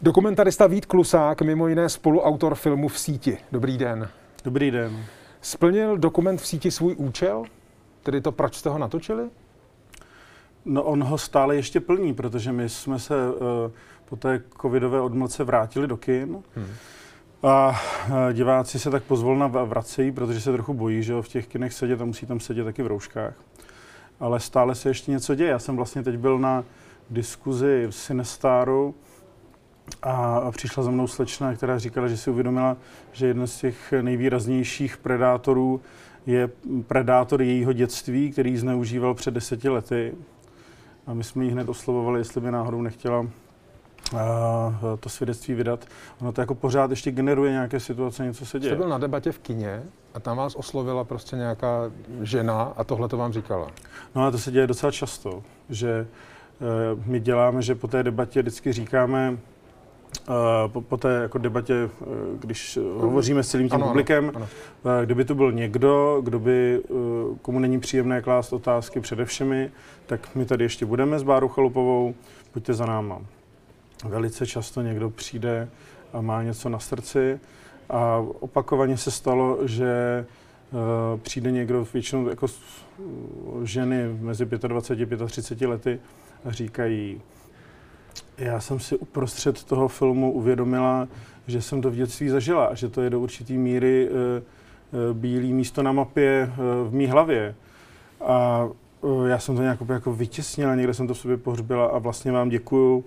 Dokumentarista Vít Klusák, mimo jiné spoluautor filmu V síti. Dobrý den. Dobrý den. Splnil dokument V síti svůj účel? Tedy to, proč jste ho natočili? No on ho stále ještě plní, protože my jsme se po té covidové odmlce vrátili do kin. A diváci se tak pozvolna vracejí, protože se trochu bojí, že v těch kinech sedět a musí tam sedět taky v rouškách. Ale stále se ještě něco děje. Já jsem vlastně teď byl na diskuzi v Cinestaru a přišla za mnou slečna, která říkala, že si uvědomila, že jeden z těch nejvýraznějších predátorů je predátor jejího dětství, který ji zneužíval před 10 lety. A my jsme jí hned oslovovali, jestli by náhodou nechtěla to svědectví vydat. Ono to jako pořád ještě generuje nějaké situace, něco se děje. Jste byl na debatě v kině a tam vás oslovila prostě nějaká žena a tohle to vám říkala. No a to se děje docela často, že my děláme, že po té debatě vždycky říkáme, po té jako debatě, když hovoříme s celým tím publikem, kdyby to byl někdo, komu není příjemné klást otázky přede všemi, tak my tady ještě budeme s Bárou Chalupovou, pojďte za náma. Velice často někdo přijde a má něco na srdci a opakovaně se stalo, že přijde někdo, většinou jako ženy mezi 25 a 35 lety a říkají: já jsem si uprostřed toho filmu uvědomila, že jsem to v dětství zažila a že to je do určitý míry bílé místo na mapě v mý hlavě. A já jsem to nějak jako vytěsnila, někde jsem to v sobě pohřbila a vlastně vám děkuju,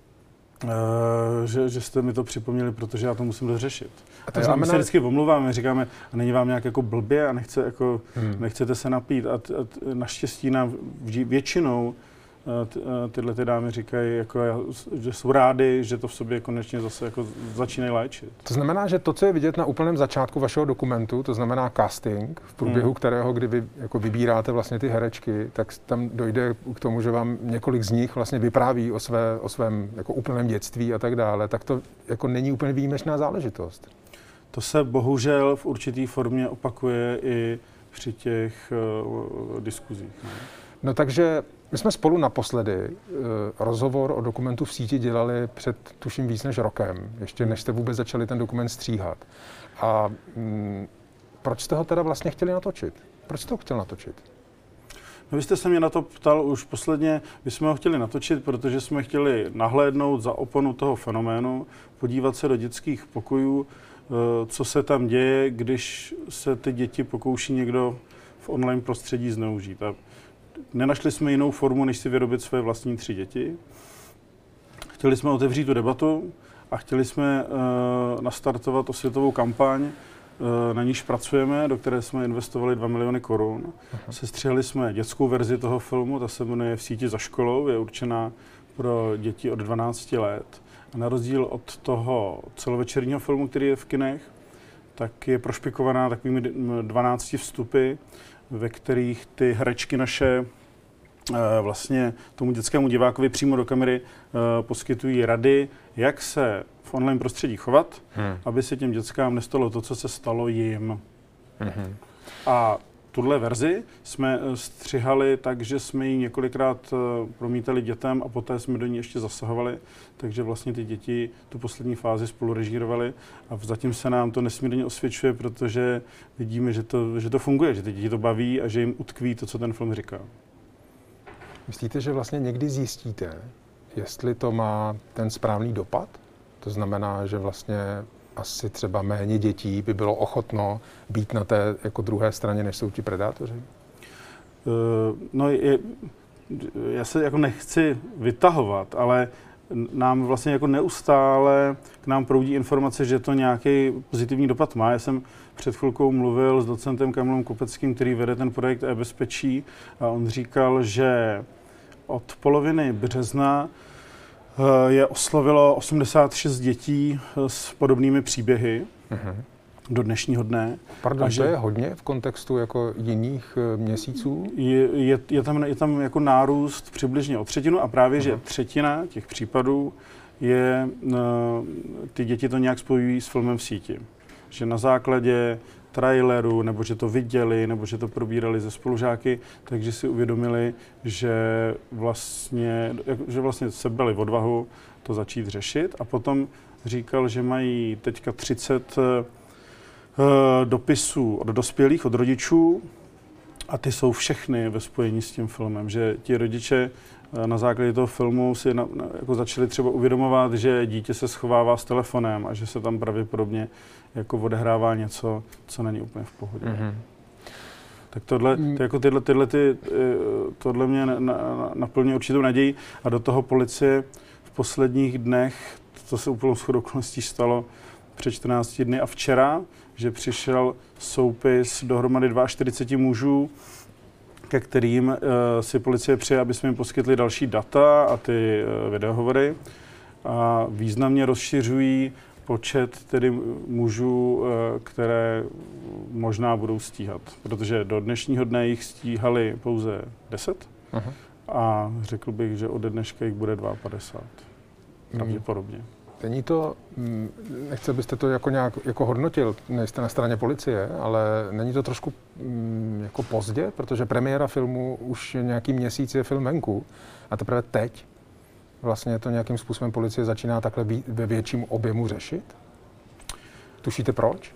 že jste mi to připomněli, protože já to musím dořešit. A my se vždycky omluváme, říkáme, a není vám nějak jako blbě a nechcete se napít. A naštěstí nám většinou tyhle ty dámy říkají, že jsou rádi, že to v sobě konečně zase jako začínají léčit. To znamená, že to, co je vidět na úplném začátku vašeho dokumentu, to znamená casting, v průběhu kterého, kdy vy jako vybíráte vlastně ty herečky, tak tam dojde k tomu, že vám několik z nich vlastně vypráví o svém jako úplném dětství a tak dále, tak to jako není úplně výjimečná záležitost. To se bohužel v určitý formě opakuje i při těch diskuzích. Ne? No takže my jsme spolu naposledy rozhovor o dokumentu V síti dělali před tuším víc než rokem, ještě než jste vůbec začali ten dokument stříhat. A proč jste ho teda vlastně chtěli natočit? Proč jste ho chtěl natočit? No vy jste se mě na to ptal už posledně, my jsme ho chtěli natočit, protože jsme chtěli nahlédnout za oponu toho fenoménu, podívat se do dětských pokojů, co se tam děje, když se ty děti pokouší někdo v online prostředí zneužít. A nenašli jsme jinou formu, než si vyrobit své vlastní 3 děti. Chtěli jsme otevřít tu debatu a chtěli jsme nastartovat osvětovou kampaň, na níž pracujeme, do které jsme investovali 2 miliony korun. Sestřihli jsme dětskou verzi toho filmu, ta se jmenuje V síti za školou, je určená pro děti od 12 let. A na rozdíl od toho celovečerního filmu, který je v kinech, tak je prošpikovaná takovými 12 vstupy, ve kterých ty herečky naše vlastně tomu dětskému divákovi přímo do kamery poskytují rady, jak se v online prostředí chovat, aby se těm dětskám nestalo to, co se stalo jim. A tuhle verzi jsme střihali tak, že jsme ji několikrát promítali dětem a poté jsme do ní ještě zasahovali, takže vlastně ty děti tu poslední fázi spolu režírovali a zatím se nám to nesmírně osvědčuje, protože vidíme, že to funguje, že ty děti to baví a že jim utkví to, co ten film říká. Myslíte, že vlastně někdy zjistíte, jestli to má ten správný dopad? To znamená, že vlastně asi třeba méně dětí by bylo ochotno být na té jako druhé straně, než jsou ti predátoři? Já se jako nechci vytahovat, ale nám vlastně jako neustále k nám proudí informace, že to nějaký pozitivní dopad má. Já jsem před chvilkou mluvil s docentem Kamilem Kopeckým, který vede ten projekt e-bezpečí a on říkal, že od poloviny března je oslovilo 86 dětí s podobnými příběhy do dnešního dne. Pardon, to je hodně v kontextu jako jiných měsíců? Je tam jako nárůst přibližně o 1/3 a právě, že 1/3 těch případů je, ty děti to nějak spojují s filmem V síti. Že na základě traileru, nebo že to viděli, nebo že to probírali ze spolužáky, takže si uvědomili, že vlastně sebrali odvahu to začít řešit. A potom říkal, že mají teďka 30 dopisů od dospělých, od rodičů, a ty jsou všechny ve spojení s tím filmem, že ti rodiče na základě toho filmu si jako začali třeba uvědomovat, že dítě se schovává s telefonem a že se tam pravděpodobně jako odehrává něco, co není úplně v pohodě. Mm-hmm. Tak tohle mě naplňuje určitou naději a do toho policie v posledních dnech, to se úplnou shodou okolností stalo před 14 dny a včera, že přišel soupis dohromady 42 mužů, ke kterým si policie přeje, aby jsme jim poskytli další data a ty videohovory. A významně rozšiřují počet tedy mužů, které možná budou stíhat. Protože do dnešního dne jich stíhali pouze 10 a řekl bych, že ode dneška jich bude 52. Pravděpodobně. Není to, nechci, byste to jako nějak jako hodnotil, nejste na straně policie, ale není to trošku jako pozdě, protože premiéra filmu už nějaký měsíc je film venku a teprve teď vlastně to nějakým způsobem policie začíná takhle ve větším objemu řešit? Tušíte proč?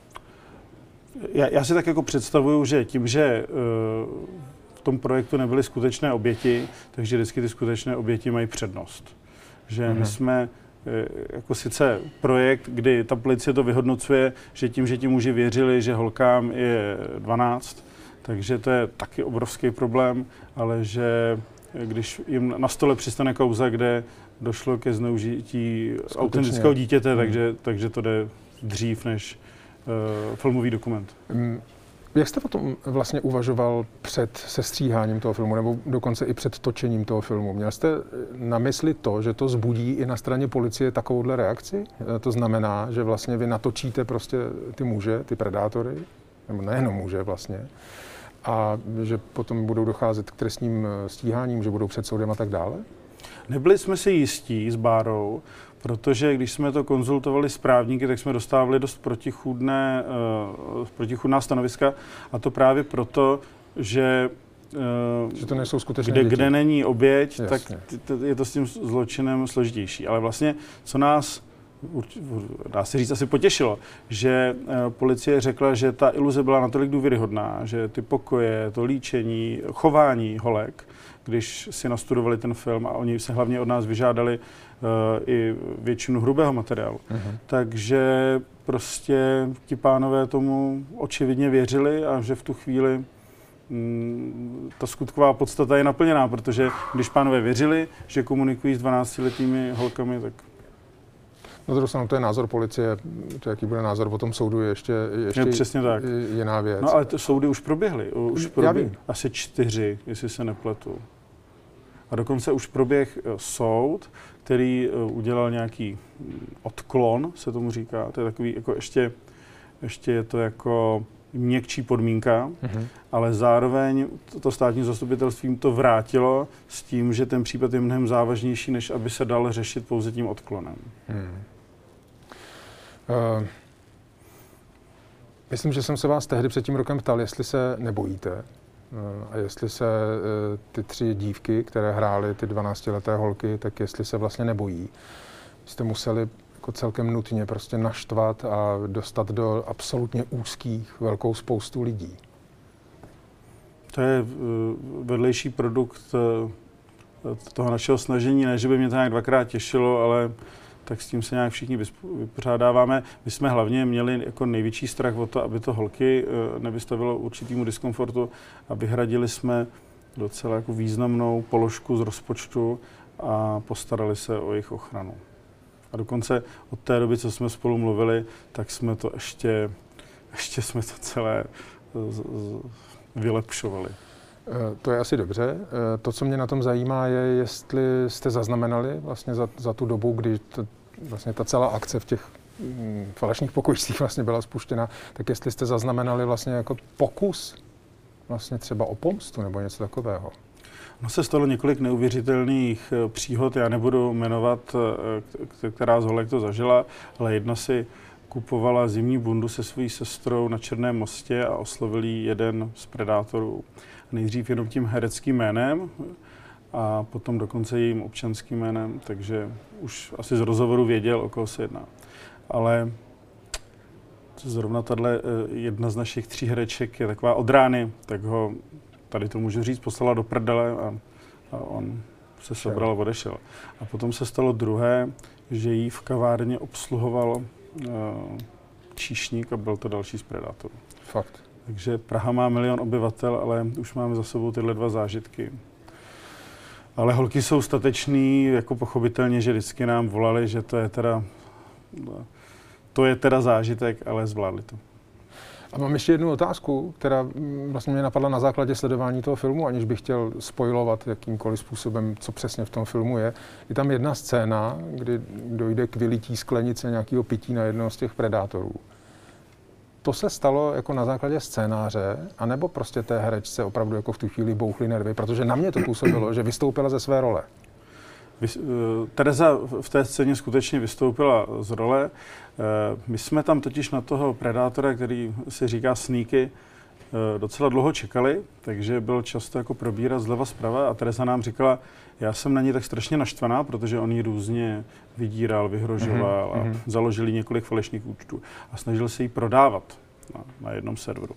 Já si tak jako představuju, že tím, že v tom projektu nebyly skutečné oběti, takže vždycky ty skutečné oběti mají přednost. Že my jsme jako sice projekt, kdy ta policie to vyhodnocuje, že tím, že ti muži věřili, že holkám je 12, takže to je taky obrovský problém, ale že když jim na stole přistane kauza, kde došlo ke zneužití autentického dítěte, takže to jde dřív než filmový dokument. Jak jste potom vlastně uvažoval před sestříháním toho filmu, nebo dokonce i před točením toho filmu? Měl jste na mysli to, že to vzbudí i na straně policie takovouhle reakci? To znamená, že vlastně vy natočíte prostě ty muže, ty predátory, nebo nejenom muže vlastně, a že potom budou docházet k trestním stíháním, že budou před soudem a tak dále? Nebyli jsme si jistí s Bárou, protože když jsme to konzultovali s právníky, tak jsme dostávali dost protichůdná stanoviska, a to právě proto, že to nejsou skutečné kde není oběť, tak je to s tím zločinem složitější. Ale vlastně, co nás, dá se říct, asi potěšilo, že policie řekla, že ta iluze byla natolik důvěryhodná, že ty pokoje, to líčení, chování holek, když si nastudovali ten film, a oni se hlavně od nás vyžádali i většinu hrubého materiálu. Takže prostě ti pánové tomu očividně věřili a že v tu chvíli ta skutková podstata je naplněná, protože když pánové věřili, že komunikují s 12letými holkami, tak... Na druhou stranu, to je názor policie, to jaký bude názor po tom soudu, je ještě přesně tak. Jiná věc. No ale ty soudy už proběhly, asi 4, jestli se nepletu. A dokonce už proběh soud, který udělal nějaký odklon, se tomu říká, to je takový, jako ještě je to jako měkčí podmínka, ale zároveň to státní zastupitelství to vrátilo s tím, že ten případ je mnohem závažnější, než aby se dal řešit pouze tím odklonem. Myslím, že jsem se vás tehdy před tím rokem ptal, jestli se nebojíte a jestli se ty 3 dívky, které hrály, ty 12leté holky, tak jestli se vlastně nebojí. Jste museli jako celkem nutně prostě naštvat a dostat do absolutně úzkých velkou spoustu lidí. To je vedlejší produkt toho našeho snažení, ne, že by mě to nějak dvakrát těšilo, ale tak s tím se nějak všichni vypořádáváme. My jsme hlavně měli jako největší strach o to, aby to holky nevystavilo určitému diskomfortu, a vyhradili jsme docela jako významnou položku z rozpočtu a postarali se o jejich ochranu. A dokonce od té doby, co jsme spolu mluvili, tak jsme to ještě jsme to celé vylepšovali. To je asi dobře. To, co mě na tom zajímá, je, jestli jste zaznamenali vlastně za tu dobu, kdy vlastně ta celá akce v těch falešných pokojích vlastně byla spuštěna, tak jestli jste zaznamenali vlastně jako pokus vlastně třeba o pomstu nebo něco takového. No, se stalo několik neuvěřitelných příhod, já nebudu jmenovat, která z holek to zažila, ale jedna si kupovala zimní bundu se svojí sestrou na Černém mostě a oslovil jí jeden z predátorů. Nejdřív jenom tím hereckým jménem a potom dokonce jejím občanským jménem, takže už asi z rozhovoru věděl, o koho se jedná. Ale zrovna tahle jedna z našich 3 hereček je taková od rány, tak ho, tady to můžu říct, poslala do prdele a on se sebral a odešel. A potom se stalo druhé, že jí v kavárně obsluhoval číšník a byl to další z predátorů. Fakt. Takže Praha má 1 000 000 obyvatel, ale už máme za sebou tyhle 2 zážitky. Ale holky jsou statečný, jako pochopitelně, že vždycky nám volali, že to je teda zážitek, ale zvládli to. A mám ještě jednu otázku, která vlastně mě napadla na základě sledování toho filmu, aniž bych chtěl spoilovat jakýmkoliv způsobem, co přesně v tom filmu je. Je tam jedna scéna, kdy dojde k vylití sklenice nějakého pití na jednoho z těch predátorů. To se stalo jako na základě scénáře, anebo prostě té herečce opravdu jako v tu chvíli bouchly nervy, protože na mě to působilo, že vystoupila ze své role. Tereza v té scéně skutečně vystoupila z role. My jsme tam totiž na toho predátora, který se říká Sneaky, docela dlouho čekali, takže byl často jako probírat zleva zprava a Tereza nám říkala, já jsem na ní tak strašně naštvaná, protože on ji různě vydíral, vyhrožoval a založili několik falešných účtů a snažil se jí prodávat na jednom serveru.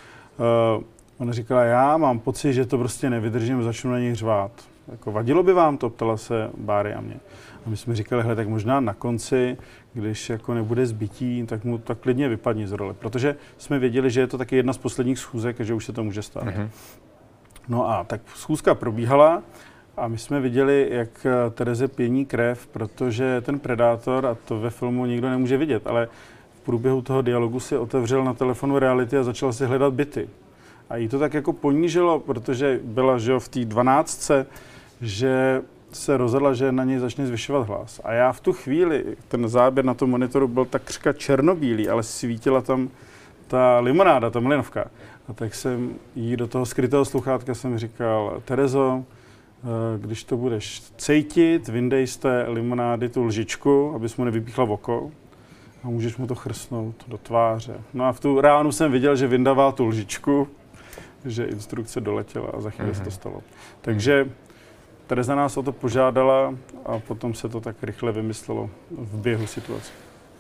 Ona říkala, já mám pocit, že to prostě nevydržím, začnu na něj řvát. Jako, vadilo by vám to, ptala se Báry a mě. A my jsme říkali, hele, tak možná na konci, když jako nebude zbytí, tak mu tak klidně vypadni z role. Protože jsme věděli, že je to taky jedna z posledních schůzek a že už se to může stát. No a tak schůzka probíhala a my jsme viděli, jak Tereze pění krev, protože ten predátor, a to ve filmu nikdo nemůže vidět, ale v průběhu toho dialogu si otevřel na telefonu Reality a začal si hledat byty. A jí to tak jako ponížilo, protože byla, že v té 12, že se rozhodla, že na něj začne zvyšovat hlas. A já v tu chvíli, ten záběr na tom monitoru byl takřka černobílý, ale svítila tam ta limonáda, ta mlinovka. A tak jsem jí do toho skrytého sluchátka jsem říkal, Terezo, když to budeš cejtit, vyndej z té limonády tu lžičku, abys mu nevypíchla v oko a můžeš mu to chrstnout do tváře. No a v tu ránu jsem viděl, že vyndává tu lžičku, že instrukce doletěla a za chvíli se to stalo. Takže Tereza nás o to požádala a potom se to tak rychle vymyslelo v běhu situace.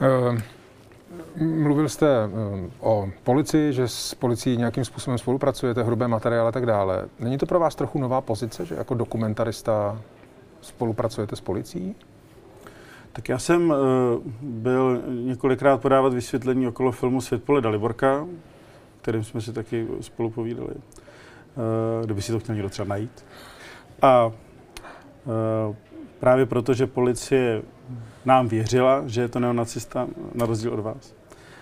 Mluvil jste o policii, že s policií nějakým způsobem spolupracujete, hrubé materiály a tak dále. Není to pro vás trochu nová pozice, že jako dokumentarista spolupracujete s policií? Tak já jsem byl několikrát podávat vysvětlení okolo filmu Svět podle Daliborka, kterým jsme si taky spolu povídali, kdyby si to chtěl někdo třeba najít. A právě proto, že policie nám věřila, že je to neonacista, na rozdíl od vás.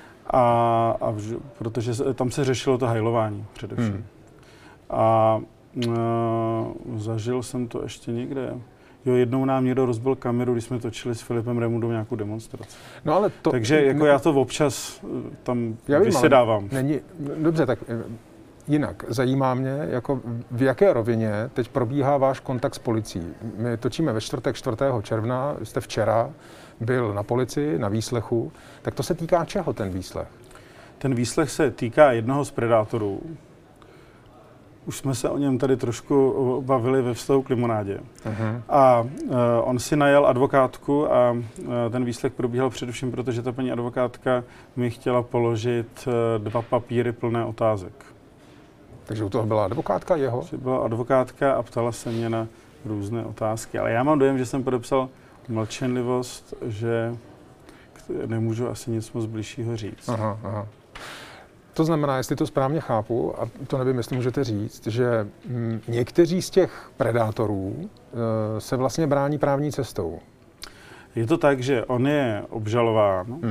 Protože tam se řešilo to hajlování především. A zažil jsem to ještě někde. Jo, jednou nám někdo rozbil kameru, když jsme točili s Filipem Remundou nějakou demonstraci. No ale to, takže jako já to občas tam vysedávám. Dobře, tak jinak zajímá mě, jako v jaké rovině teď probíhá váš kontakt s policií. My točíme ve čtvrtek 4. června, jste včera byl na policii, na výslechu. Tak to se týká čeho ten výslech? Ten výslech se týká jednoho z predátorů. Už jsme se o něm tady trošku bavili ve vztahu k limonádě. A on si najal advokátku a ten výslech probíhal především proto, že ta paní advokátka mi chtěla položit 2 papíry plné otázek. Takže u toho byla advokátka jeho? Byla advokátka a ptala se mě na různé otázky. Ale já mám dojem, že jsem podepsal mlčenlivost, že nemůžu asi nic moc bližšího říct. Aha. To znamená, jestli to správně chápu, a to nevím, jestli můžete říct, že někteří z těch predátorů se vlastně brání právní cestou. Je to tak, že on je obžalován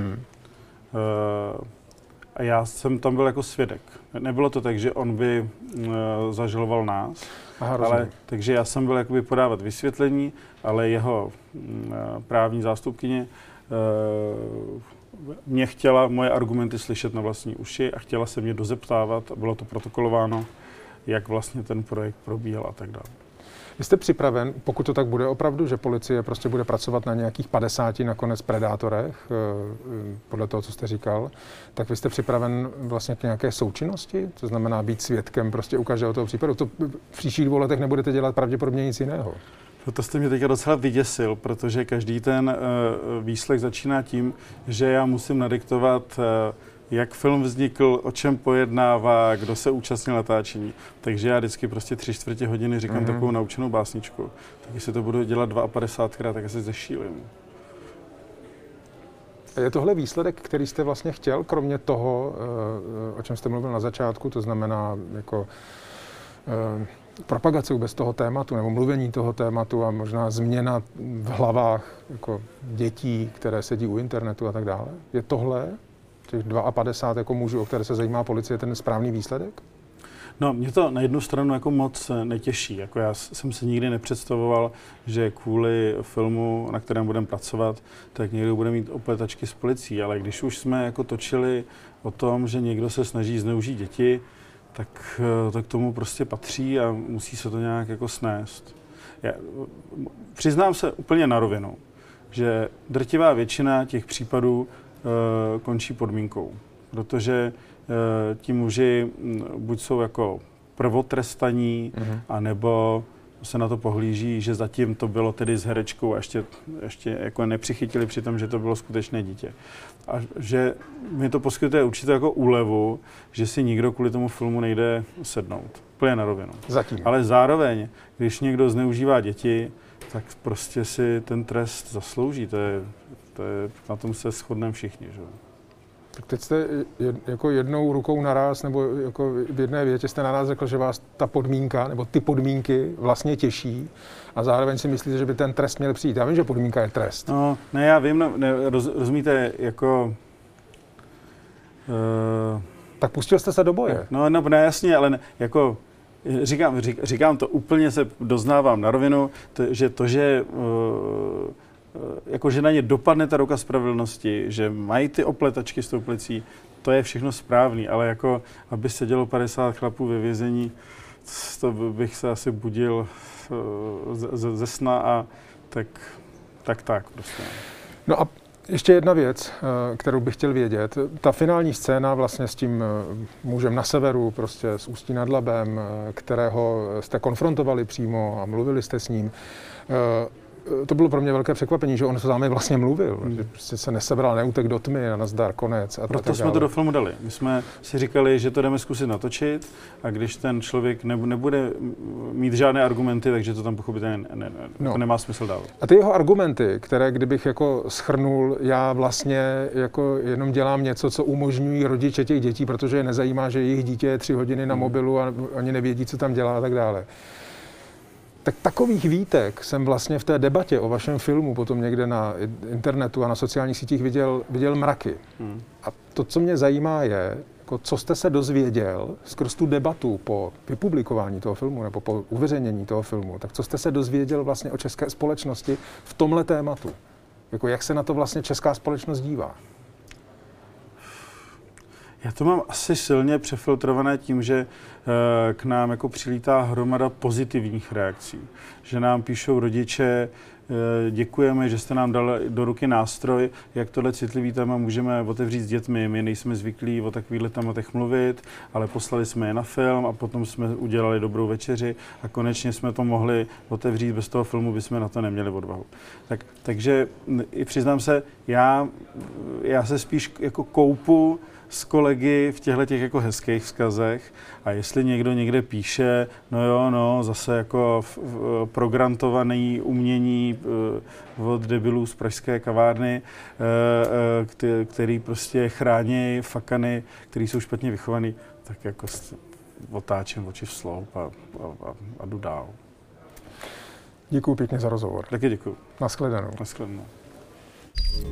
a já jsem tam byl jako svědek. Nebylo to tak, že on by zažaloval nás, takže já jsem byl jakoby podávat vysvětlení, ale jeho právní zástupkyně mě chtěla moje argumenty slyšet na vlastní uši a chtěla se mě dozeptávat, a bylo to protokolováno, jak vlastně ten projekt probíhal a tak dále. Vy jste připraven, pokud to tak bude opravdu, že policie prostě bude pracovat na nějakých 50 nakonec predátorech, podle toho, co jste říkal, tak vy jste připraven vlastně k nějaké součinnosti? To znamená být svědkem prostě u každého toho případu. To v příštích 2 letech nebudete dělat pravděpodobně nic jiného. To jste mě teďka docela vyděsil, protože každý ten výslech začíná tím, že já musím nadiktovat, jak film vznikl, o čem pojednává, kdo se účastnil natáčení. Takže já vždycky prostě 3/4 hodiny říkám takovou naučenou básničku. Tak jestli to budu dělat 52krát, tak asi zešílim. Je tohle výsledek, který jste vlastně chtěl, kromě toho, o čem jste mluvil na začátku, to znamená jako propagace vůbec toho tématu, nebo mluvení toho tématu a možná změna v hlavách jako dětí, které sedí u internetu a tak dále? Je tohle, těch 52 jako mužů, o které se zajímá policie, ten správný výsledek? No, mě to na jednu stranu jako moc netěší. Jako já jsem si nikdy nepředstavoval, že kvůli filmu, na kterém budeme pracovat, tak někdo bude mít opletačky s policií. Ale když už jsme jako točili o tom, že někdo se snaží zneužít děti, tak to k tomu prostě patří a musí se to nějak jako snést. Já přiznám se úplně na rovinu, že drtivá většina těch případů končí podmínkou, protože ti muži buď jsou jako prvotrestaní, anebo se na to pohlíží, že zatím to bylo tedy s herečkou a ještě jako nepřichytili při tom, že to bylo skutečné dítě. A že mi to poskytuje určitou jako úlevu, že si nikdo kvůli tomu filmu nejde sednout. Úplně na rovinu. Zatím. Ale zároveň, když někdo zneužívá děti, tak prostě si ten trest zaslouží. Na tom se shodneme všichni. Že? Tak teď jste jako jednou rukou naraz, nebo jako v jedné větě jste naraz řekl, že vás ta podmínka, nebo ty podmínky vlastně těší a zároveň si myslíte, že by ten trest měl přijít. Já vím, že podmínka je trest. No, ne, já vím, rozumíte, jako... Tak pustil jste se do boje. No, ne, jasně, ale ne, jako... Říkám to, úplně se doznávám na rovinu, že jako že na ně dopadne ta ruka spravedlnosti, že mají ty opletačky s tou policií, to je všechno správný, ale jako, aby se dělo 50 chlapů ve vězení, to bych se asi budil ze sna a tak prostě. No a ještě jedna věc, kterou bych chtěl vědět. Ta finální scéna vlastně s tím mužem na severu, prostě s Ústí nad Labem, kterého jste konfrontovali přímo a mluvili jste s ním. To bylo pro mě velké překvapení, že on s vámi vlastně mluvil, že prostě se nesebral, neutek do tmy a nazdar, konec. Proto jsme to do filmu dali. My jsme si říkali, že to jdeme zkusit natočit a když ten člověk nebude mít žádné argumenty, takže to tam pochopitelně nemá smysl dávat. A ty jeho argumenty, které kdybych jako shrnul, já vlastně jako jenom dělám něco, co umožňují rodiče těch dětí, protože je nezajímá, že jejich dítě je 3 hodiny na mobilu a oni nevědí, co tam dělá a tak dále. Tak takových výtek jsem vlastně v té debatě o vašem filmu potom někde na internetu a na sociálních sítích viděl mraky. A to, co mě zajímá, je, jako co jste se dozvěděl skrz tu debatu po vypublikování toho filmu nebo po uveřejnění toho filmu, tak co jste se dozvěděl vlastně o české společnosti v tomhle tématu? Jako jak se na to vlastně česká společnost dívá? Já to mám asi silně přefiltrované tím, že k nám jako přilítá hromada pozitivních reakcí. Že nám píšou rodiče, děkujeme, že jste nám dal do ruky nástroj, jak tohle citlivý téma můžeme otevřít s dětmi. My nejsme zvyklí o takovýchhle tématech mluvit, ale poslali jsme je na film a potom jsme udělali dobrou večeři a konečně jsme to mohli otevřít. Bez toho filmu bychom na to neměli odvahu. Takže i přiznám se, já se spíš jako koupu s kolegy v těchto jako hezkých vzkazech a jestli někdo někde píše, zase jako prograntovaný umění od debilů z pražské kavárny, který prostě chrání fakany, který jsou špatně vychovaný, tak jako otáčím oči v sloup a jdu dál. Děkuju pěkně za rozhovor. Taky děkuju. Naschledanou. Naschledanou.